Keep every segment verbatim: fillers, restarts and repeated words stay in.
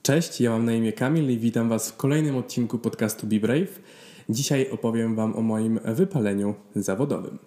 Cześć, ja mam na imię Kamil i witam Was w kolejnym odcinku podcastu Be Brave. Dzisiaj opowiem Wam o moim wypaleniu zawodowym.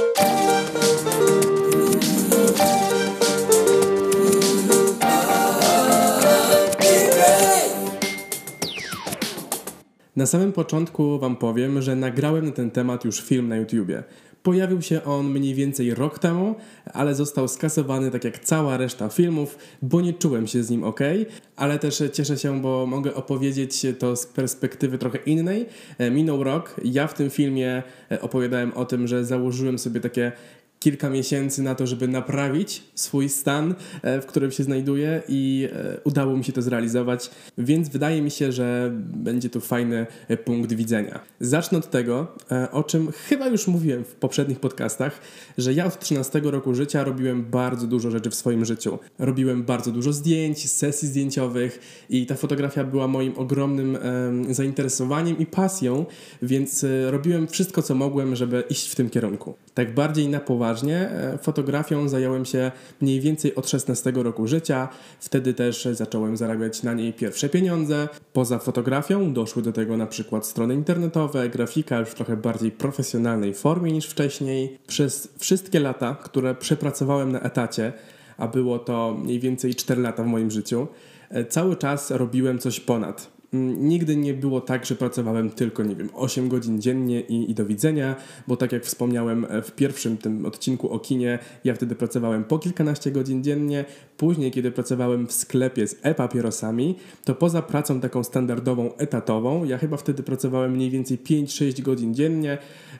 Na samym początku Wam powiem, że nagrałem na ten temat już film na YouTubie. Pojawił się on mniej więcej rok temu, ale został skasowany tak jak cała reszta filmów, bo nie czułem się z nim ok, ale też cieszę się, bo mogę opowiedzieć to z perspektywy trochę innej. Minął rok, ja w tym filmie opowiadałem o tym, że założyłem sobie takie kilka miesięcy na to, żeby naprawić swój stan, w którym się znajduję i udało mi się to zrealizować, więc wydaje mi się, że będzie tu fajny punkt widzenia. Zacznę od tego, o czym chyba już mówiłem w poprzednich podcastach, że ja od trzynastego roku życia robiłem bardzo dużo rzeczy w swoim życiu. Robiłem bardzo dużo zdjęć, sesji zdjęciowych i ta fotografia była moim ogromnym e, zainteresowaniem i pasją, więc e, robiłem wszystko, co mogłem, żeby iść w tym kierunku. Tak bardziej na poważnie fotografią zająłem się mniej więcej od szesnastego roku życia. Wtedy też zacząłem zarabiać na niej pierwsze pieniądze. Poza fotografią doszły do tego na przykład strony internetowe, grafika już w trochę bardziej profesjonalnej formie niż wcześniej. Przez wszystkie lata, które przepracowałem na etacie, a było to mniej więcej cztery lata w moim życiu, cały czas robiłem coś ponad. Nigdy nie było tak, że pracowałem tylko, nie wiem, osiem godzin dziennie i, i do widzenia, bo tak jak wspomniałem w pierwszym tym odcinku o kinie, ja wtedy pracowałem po kilkanaście godzin dziennie. Później, kiedy pracowałem w sklepie z e-papierosami, to poza pracą taką standardową, etatową, ja chyba wtedy pracowałem mniej więcej pięć sześć godzin dziennie,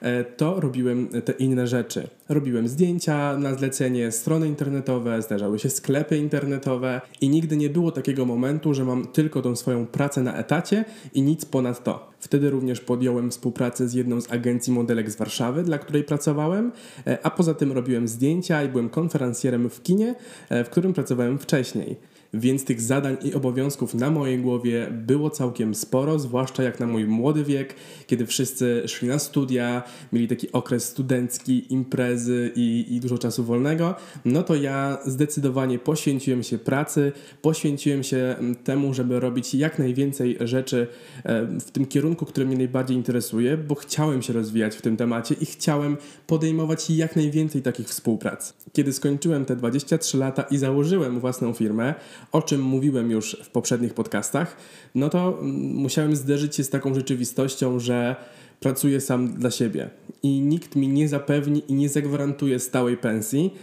to robiłem te inne rzeczy. Robiłem zdjęcia na zlecenie, strony internetowe, zdarzały się sklepy internetowe i nigdy nie było takiego momentu, że mam tylko tą swoją pracę na etacie i nic ponad to. Wtedy również podjąłem współpracę z jedną z agencji modelek z Warszawy, dla której pracowałem, a poza tym robiłem zdjęcia i byłem konferencjerem w kinie, w którym pracowałem wcześniej. Więc tych zadań i obowiązków na mojej głowie było całkiem sporo, zwłaszcza jak na mój młody wiek, kiedy wszyscy szli na studia, mieli taki okres studencki, imprezy i, i dużo czasu wolnego, no to ja zdecydowanie poświęciłem się pracy, poświęciłem się temu, żeby robić jak najwięcej rzeczy w tym kierunku, który mnie najbardziej interesuje, bo chciałem się rozwijać w tym temacie i chciałem podejmować jak najwięcej takich współprac. Kiedy skończyłem te dwadzieścia trzy lata i założyłem własną firmę, o czym mówiłem już w poprzednich podcastach, no to musiałem zderzyć się z taką rzeczywistością, że pracuję sam dla siebie i nikt mi nie zapewni i nie zagwarantuje stałej pensji,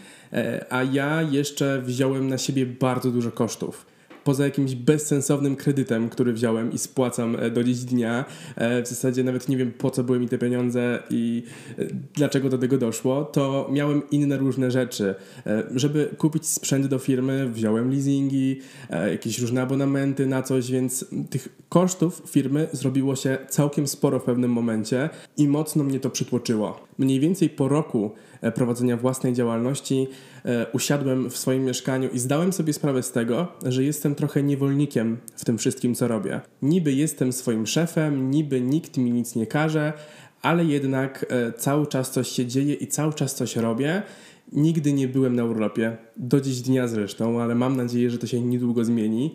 a ja jeszcze wziąłem na siebie bardzo dużo kosztów. Poza jakimś bezsensownym kredytem, który wziąłem i spłacam do dziś dnia, w zasadzie nawet nie wiem, po co były mi te pieniądze i dlaczego do tego doszło, to miałem inne różne rzeczy. Żeby kupić sprzęt do firmy, wziąłem leasingi, jakieś różne abonamenty na coś, więc tych kosztów firmy zrobiło się całkiem sporo w pewnym momencie i mocno mnie to przytłoczyło. Mniej więcej po roku prowadzenia własnej działalności usiadłem w swoim mieszkaniu i zdałem sobie sprawę z tego, że jestem trochę niewolnikiem w tym wszystkim, co robię. Niby jestem swoim szefem, niby nikt mi nic nie każe, ale jednak cały czas coś się dzieje i cały czas coś robię. Nigdy nie byłem na urlopie, do dziś dnia zresztą, ale mam nadzieję, że to się niedługo zmieni.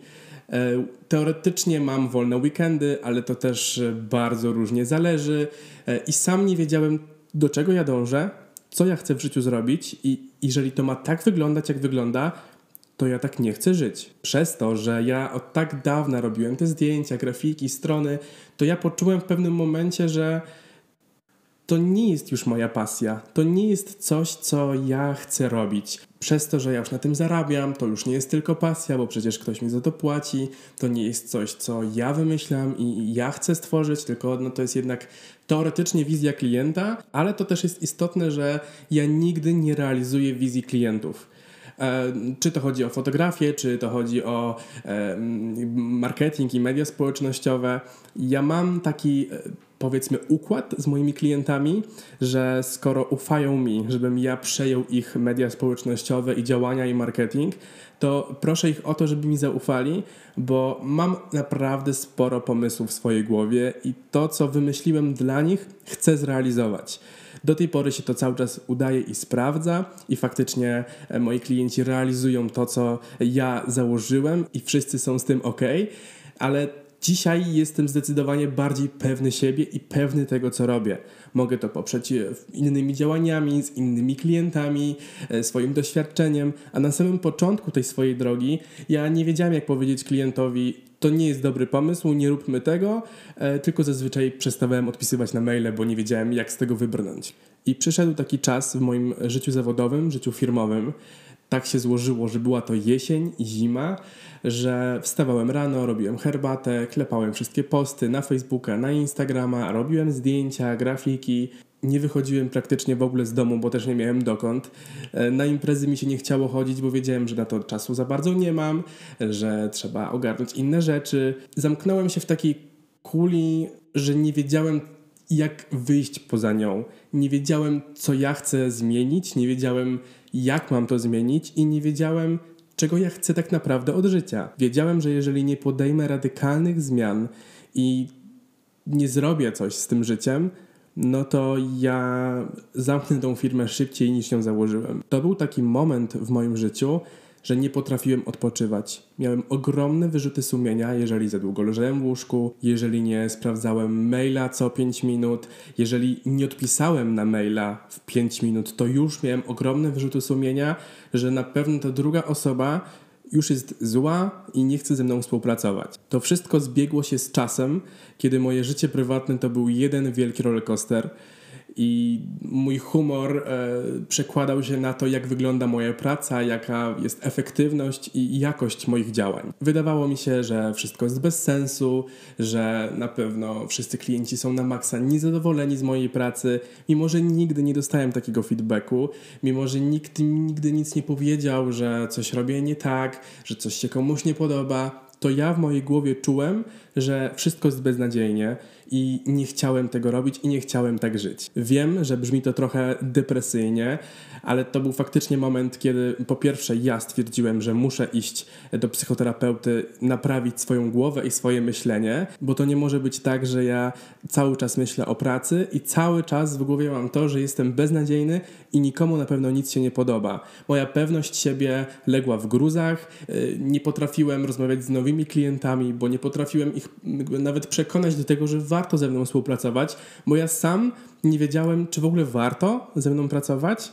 Teoretycznie mam wolne weekendy, ale to też bardzo różnie zależy i sam nie wiedziałem, do czego ja dążę, co ja chcę w życiu zrobić i jeżeli to ma tak wyglądać, jak wygląda, to ja tak nie chcę żyć. Przez to, że ja od tak dawna robiłem te zdjęcia, grafiki, strony, to ja poczułem w pewnym momencie, że to nie jest już moja pasja. To nie jest coś, co ja chcę robić. Przez to, że ja już na tym zarabiam, to już nie jest tylko pasja, bo przecież ktoś mi za to płaci. To nie jest coś, co ja wymyślam i ja chcę stworzyć, tylko no to jest jednak teoretycznie wizja klienta, ale to też jest istotne, że ja nigdy nie realizuję wizji klientów. E, czy to chodzi o fotografię, czy to chodzi o e, marketing i media społecznościowe. Ja mam taki, powiedzmy, układ z moimi klientami, że skoro ufają mi, żebym ja przejął ich media społecznościowe i działania i marketing, to proszę ich o to, żeby mi zaufali, bo mam naprawdę sporo pomysłów w swojej głowie i to, co wymyśliłem dla nich, chcę zrealizować. Do tej pory się to cały czas udaje i sprawdza i faktycznie moi klienci realizują to, co ja założyłem i wszyscy są z tym ok, ale dzisiaj jestem zdecydowanie bardziej pewny siebie i pewny tego, co robię. Mogę to poprzeć innymi działaniami, z innymi klientami, swoim doświadczeniem, a na samym początku tej swojej drogi ja nie wiedziałem, jak powiedzieć klientowi: to nie jest dobry pomysł, nie róbmy tego, tylko zazwyczaj przestawałem odpisywać na maile, bo nie wiedziałem, jak z tego wybrnąć. I przyszedł taki czas w moim życiu zawodowym, życiu firmowym. Tak się złożyło, że była to jesień i zima, że wstawałem rano, robiłem herbatę, klepałem wszystkie posty na Facebooka, na Instagrama, robiłem zdjęcia, grafiki. Nie wychodziłem praktycznie w ogóle z domu, bo też nie miałem dokąd. Na imprezy mi się nie chciało chodzić, bo wiedziałem, że na to czasu za bardzo nie mam, że trzeba ogarnąć inne rzeczy. Zamknąłem się w takiej kuli, że nie wiedziałem, jak wyjść poza nią. Nie wiedziałem, co ja chcę zmienić, nie wiedziałem, jak mam to zmienić i nie wiedziałem, czego ja chcę tak naprawdę od życia. Wiedziałem, że jeżeli nie podejmę radykalnych zmian i nie zrobię coś z tym życiem, no to ja zamknę tą firmę szybciej, niż ją założyłem. To był taki moment w moim życiu, że nie potrafiłem odpoczywać. Miałem ogromne wyrzuty sumienia, jeżeli za długo leżałem w łóżku, jeżeli nie sprawdzałem maila co pięć minut, jeżeli nie odpisałem na maila w pięć minut, to już miałem ogromne wyrzuty sumienia, że na pewno ta druga osoba już jest zła i nie chce ze mną współpracować. To wszystko zbiegło się z czasem, kiedy moje życie prywatne to był jeden wielki rollercoaster i mój humor e, przekładał się na to, jak wygląda moja praca, jaka jest efektywność i jakość moich działań. Wydawało mi się, że wszystko jest bez sensu, że na pewno wszyscy klienci są na maksa niezadowoleni z mojej pracy, mimo że nigdy nie dostałem takiego feedbacku, mimo że nikt nigdy nic nie powiedział, że coś robię nie tak, że coś się komuś nie podoba. To ja w mojej głowie czułem, że wszystko jest beznadziejnie i nie chciałem tego robić i nie chciałem tak żyć. Wiem, że brzmi to trochę depresyjnie, ale to był faktycznie moment, kiedy po pierwsze ja stwierdziłem, że muszę iść do psychoterapeuty, naprawić swoją głowę i swoje myślenie, bo to nie może być tak, że ja cały czas myślę o pracy i cały czas w głowie mam to, że jestem beznadziejny i nikomu na pewno nic się nie podoba. Moja pewność siebie legła w gruzach, nie potrafiłem rozmawiać z nowymi klientami, bo nie potrafiłem ich nawet przekonać do tego, że warto ze mną współpracować, bo ja sam nie wiedziałem, czy w ogóle warto ze mną pracować.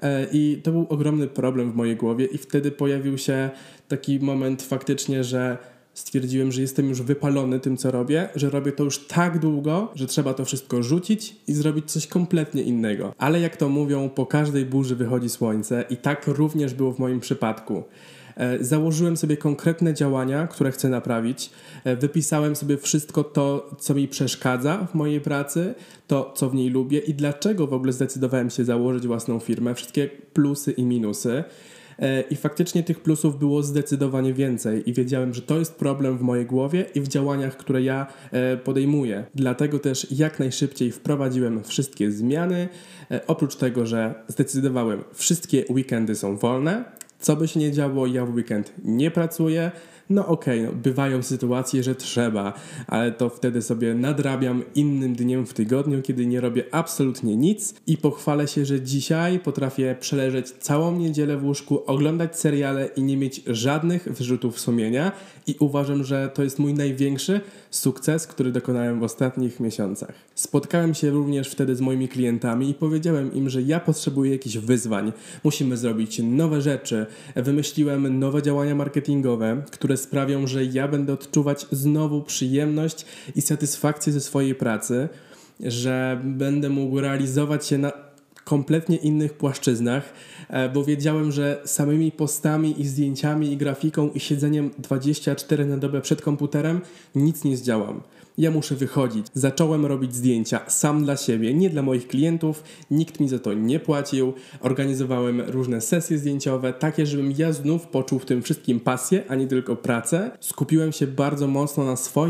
I to był ogromny problem w mojej głowie i wtedy pojawił się taki moment faktycznie, że stwierdziłem, że jestem już wypalony tym, co robię, że robię to już tak długo, że trzeba to wszystko rzucić i zrobić coś kompletnie innego. Ale jak to mówią, po każdej burzy wychodzi słońce i tak również było w moim przypadku. Założyłem sobie konkretne działania, które chcę naprawić. Wypisałem sobie wszystko to, co mi przeszkadza w mojej pracy, to, co w niej lubię i dlaczego w ogóle zdecydowałem się założyć własną firmę, wszystkie plusy i minusy. I faktycznie tych plusów było zdecydowanie więcej i wiedziałem, że to jest problem w mojej głowie i w działaniach, które ja podejmuję. Dlatego też jak najszybciej wprowadziłem wszystkie zmiany. Oprócz tego, że zdecydowałem, wszystkie weekendy są wolne. Co by się nie działo, ja w weekend nie pracuję. No okej, okay, no, bywają sytuacje, że trzeba, ale to wtedy sobie nadrabiam innym dniem w tygodniu, kiedy nie robię absolutnie nic i pochwalę się, że dzisiaj potrafię przeleżeć całą niedzielę w łóżku, oglądać seriale i nie mieć żadnych wyrzutów sumienia i uważam, że to jest mój największy sukces, który dokonałem w ostatnich miesiącach. Spotkałem się również wtedy z moimi klientami i powiedziałem im, że ja potrzebuję jakichś wyzwań. Musimy zrobić nowe rzeczy. Wymyśliłem nowe działania marketingowe, które sprawią, że ja będę odczuwać znowu przyjemność i satysfakcję ze swojej pracy, że będę mógł realizować się na kompletnie innych płaszczyznach, bo wiedziałem, że samymi postami i zdjęciami i grafiką i siedzeniem dwadzieścia cztery na dobę przed komputerem nic nie zdziałam. Ja muszę wychodzić. Zacząłem robić zdjęcia sam dla siebie, nie dla moich klientów. Nikt mi za to nie płacił. Organizowałem różne sesje zdjęciowe, takie, żebym ja znów poczuł w tym wszystkim pasję, a nie tylko pracę. Skupiłem się bardzo mocno na swoim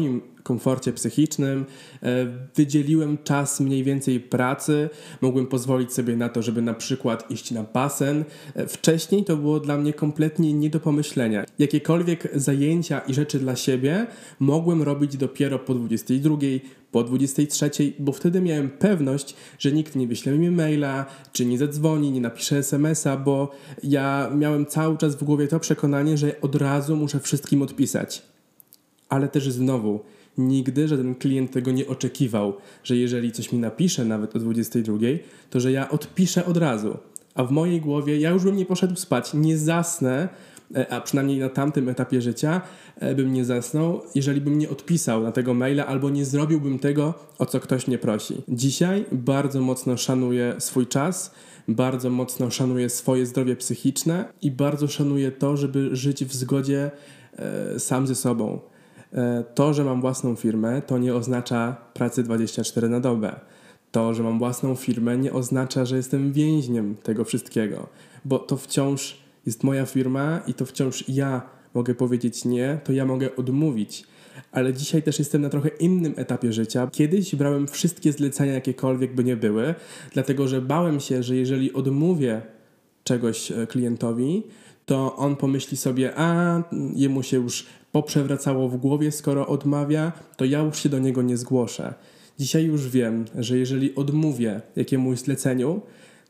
komforcie psychicznym, wydzieliłem czas mniej więcej pracy, mogłem pozwolić sobie na to, żeby na przykład iść na basen. Wcześniej to było dla mnie kompletnie nie do pomyślenia. Jakiekolwiek zajęcia i rzeczy dla siebie mogłem robić dopiero po dwudziestej drugiej, po dwudziestej trzeciej, bo wtedy miałem pewność, że nikt nie wyśle mi maila, czy nie zadzwoni, nie napisze es em es a, bo ja miałem cały czas w głowie to przekonanie, że od razu muszę wszystkim odpisać. Ale też znowu, nigdy żaden klient tego nie oczekiwał, że jeżeli coś mi napisze nawet o dwudziestej drugiej, to że ja odpiszę od razu. A w mojej głowie ja już bym nie poszedł spać, nie zasnę, a przynajmniej na tamtym etapie życia bym nie zasnął, jeżeli bym nie odpisał na tego maila albo nie zrobiłbym tego, o co ktoś mnie prosi. Dzisiaj bardzo mocno szanuję swój czas, bardzo mocno szanuję swoje zdrowie psychiczne i bardzo szanuję to, żeby żyć w zgodzie e, sam ze sobą. E, to, że mam własną firmę, to nie oznacza pracy dwadzieścia cztery na dobę. To, że mam własną firmę, nie oznacza, że jestem więźniem tego wszystkiego, bo to wciąż jest moja firma i to wciąż ja mogę powiedzieć nie, to ja mogę odmówić. Ale dzisiaj też jestem na trochę innym etapie życia. Kiedyś brałem wszystkie zlecenia, jakiekolwiek by nie były, dlatego że bałem się, że jeżeli odmówię czegoś klientowi, to on pomyśli sobie, a jemu się już poprzewracało w głowie, skoro odmawia, to ja już się do niego nie zgłoszę. Dzisiaj już wiem, że jeżeli odmówię jakiemuś zleceniu,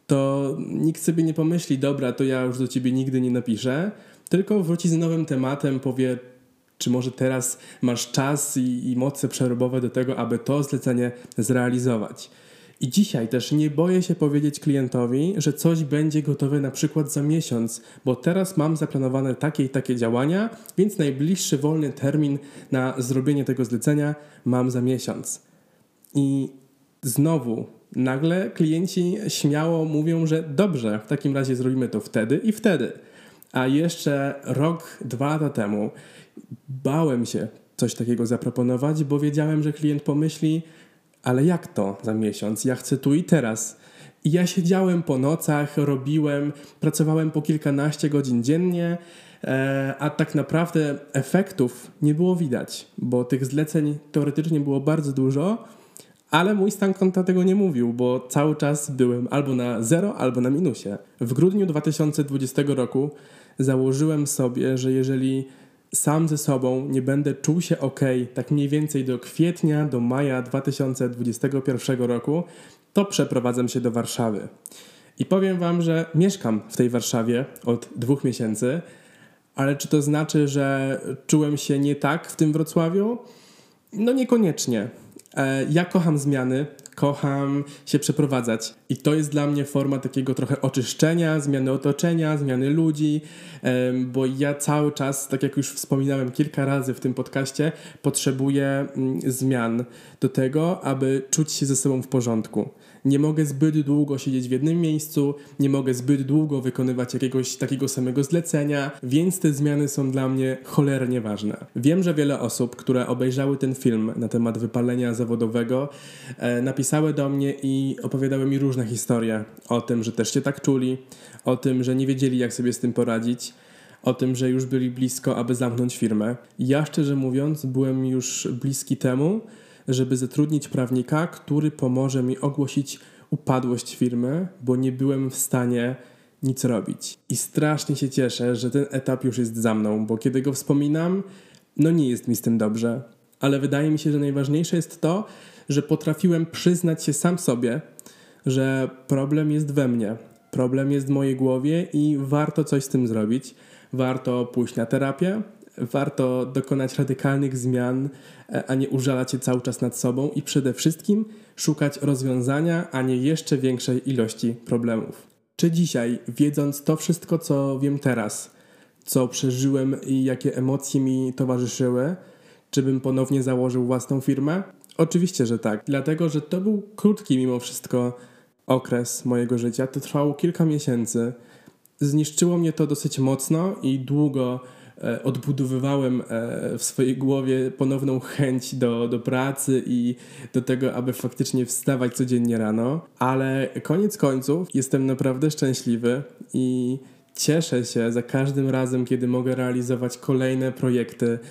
to nikt sobie nie pomyśli, dobra, to ja już do ciebie nigdy nie napiszę, tylko wróci z nowym tematem, powie, czy może teraz masz czas i, i moce przerobowe do tego, aby to zlecenie zrealizować. I dzisiaj też nie boję się powiedzieć klientowi, że coś będzie gotowe na przykład za miesiąc, bo teraz mam zaplanowane takie i takie działania, więc najbliższy wolny termin na zrobienie tego zlecenia mam za miesiąc. I znowu nagle klienci śmiało mówią, że dobrze, w takim razie zrobimy to wtedy i wtedy. A jeszcze rok, dwa lata temu bałem się coś takiego zaproponować, bo wiedziałem, że klient pomyśli, ale jak to za miesiąc? Ja chcę tu i teraz. I ja siedziałem po nocach, robiłem, pracowałem po kilkanaście godzin dziennie, a tak naprawdę efektów nie było widać, bo tych zleceń teoretycznie było bardzo dużo, ale mój stan konta tego nie mówił, bo cały czas byłem albo na zero, albo na minusie. W grudniu dwa tysiące dwudziestego roku założyłem sobie, że jeżeli sam ze sobą nie będę czuł się ok, tak mniej więcej do kwietnia, do maja dwa tysiące dwudziestego pierwszego roku, to przeprowadzam się do Warszawy. I powiem wam, że mieszkam w tej Warszawie od dwóch miesięcy, ale czy to znaczy, że czułem się nie tak w tym Wrocławiu? No niekoniecznie. Ja kocham zmiany, kocham się przeprowadzać i to jest dla mnie forma takiego trochę oczyszczenia, zmiany otoczenia, zmiany ludzi, bo ja cały czas, tak jak już wspominałem kilka razy w tym podcaście, potrzebuję zmian do tego, aby czuć się ze sobą w porządku. Nie mogę zbyt długo siedzieć w jednym miejscu, nie mogę zbyt długo wykonywać jakiegoś takiego samego zlecenia, więc te zmiany są dla mnie cholernie ważne. Wiem, że wiele osób, które obejrzały ten film na temat wypalenia zawodowego, e, napisały do mnie i opowiadały mi różne historie o tym, że też się tak czuli, o tym, że nie wiedzieli, jak sobie z tym poradzić, o tym, że już byli blisko, aby zamknąć firmę. Ja, szczerze mówiąc, byłem już bliski temu, żeby zatrudnić prawnika, który pomoże mi ogłosić upadłość firmy, bo nie byłem w stanie nic robić. I strasznie się cieszę, że ten etap już jest za mną, bo kiedy go wspominam, no nie jest mi z tym dobrze. Ale wydaje mi się, że najważniejsze jest to, że potrafiłem przyznać się sam sobie, że problem jest we mnie. Problem jest w mojej głowie i warto coś z tym zrobić. Warto pójść na terapię, warto dokonać radykalnych zmian, a nie użalać się cały czas nad sobą i przede wszystkim szukać rozwiązania, a nie jeszcze większej ilości problemów. Czy dzisiaj, wiedząc to wszystko, co wiem teraz, co przeżyłem i jakie emocje mi towarzyszyły, czy bym ponownie założył własną firmę? Oczywiście, że tak. Dlatego, że to był krótki mimo wszystko okres mojego życia. To trwało kilka miesięcy. Zniszczyło mnie to dosyć mocno i długo odbudowywałem w swojej głowie ponowną chęć do, do pracy i do tego, aby faktycznie wstawać codziennie rano, ale koniec końców jestem naprawdę szczęśliwy i cieszę się za każdym razem, kiedy mogę realizować kolejne projekty,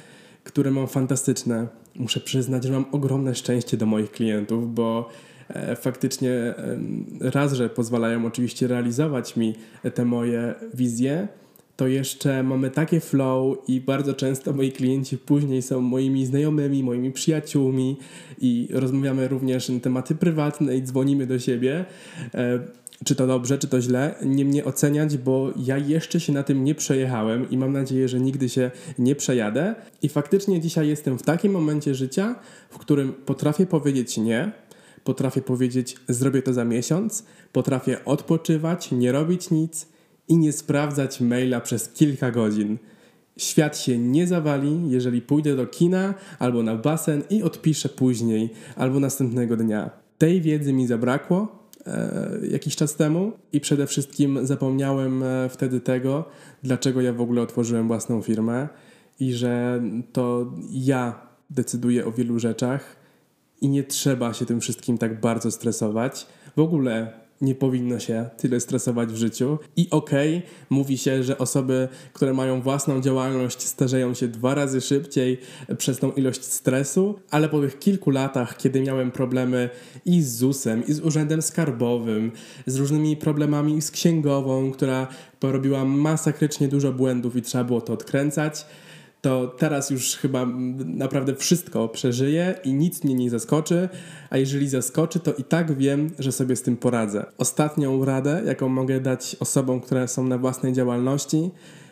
które mam fantastyczne. Muszę przyznać, że mam ogromne szczęście do moich klientów, bo e, faktycznie e, raz, że pozwalają oczywiście realizować mi te moje wizje, to jeszcze mamy takie flow i bardzo często moi klienci później są moimi znajomymi, moimi przyjaciółmi i rozmawiamy również na tematy prywatne i dzwonimy do siebie. E, czy to dobrze, czy to źle, nie mnie oceniać, bo ja jeszcze się na tym nie przejechałem i mam nadzieję, że nigdy się nie przejadę. I faktycznie dzisiaj jestem w takim momencie życia, w którym potrafię powiedzieć nie, potrafię powiedzieć zrobię to za miesiąc, potrafię odpoczywać, nie robić nic i nie sprawdzać maila przez kilka godzin. Świat się nie zawali, jeżeli pójdę do kina albo na basen i odpiszę później albo następnego dnia. Tej wiedzy mi zabrakło e, jakiś czas temu i przede wszystkim zapomniałem e, wtedy tego, dlaczego ja w ogóle otworzyłem własną firmę i że to ja decyduję o wielu rzeczach i nie trzeba się tym wszystkim tak bardzo stresować. W ogóle nie powinno się tyle stresować w życiu. I okej, okay, mówi się, że osoby, które mają własną działalność, starzeją się dwa razy szybciej przez tą ilość stresu, ale po tych kilku latach, kiedy miałem problemy i z zusem, i z urzędem skarbowym, z różnymi problemami z księgową, która porobiła masakrycznie dużo błędów i trzeba było to odkręcać, to teraz już chyba naprawdę wszystko przeżyję i nic mnie nie zaskoczy, a jeżeli zaskoczy, to i tak wiem, że sobie z tym poradzę. Ostatnią radę, jaką mogę dać osobom, które są na własnej działalności,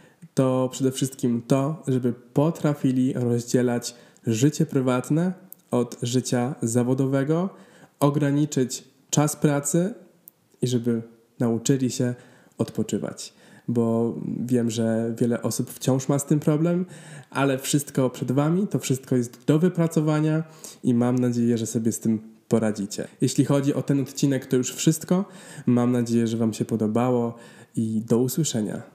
to przede wszystkim to, żeby potrafili rozdzielać życie prywatne od życia zawodowego, ograniczyć czas pracy i żeby nauczyli się odpoczywać. Bo wiem, że wiele osób wciąż ma z tym problem, ale wszystko przed wami, to wszystko jest do wypracowania i mam nadzieję, że sobie z tym poradzicie. Jeśli chodzi o ten odcinek, to już wszystko. Mam nadzieję, że wam się podobało i do usłyszenia.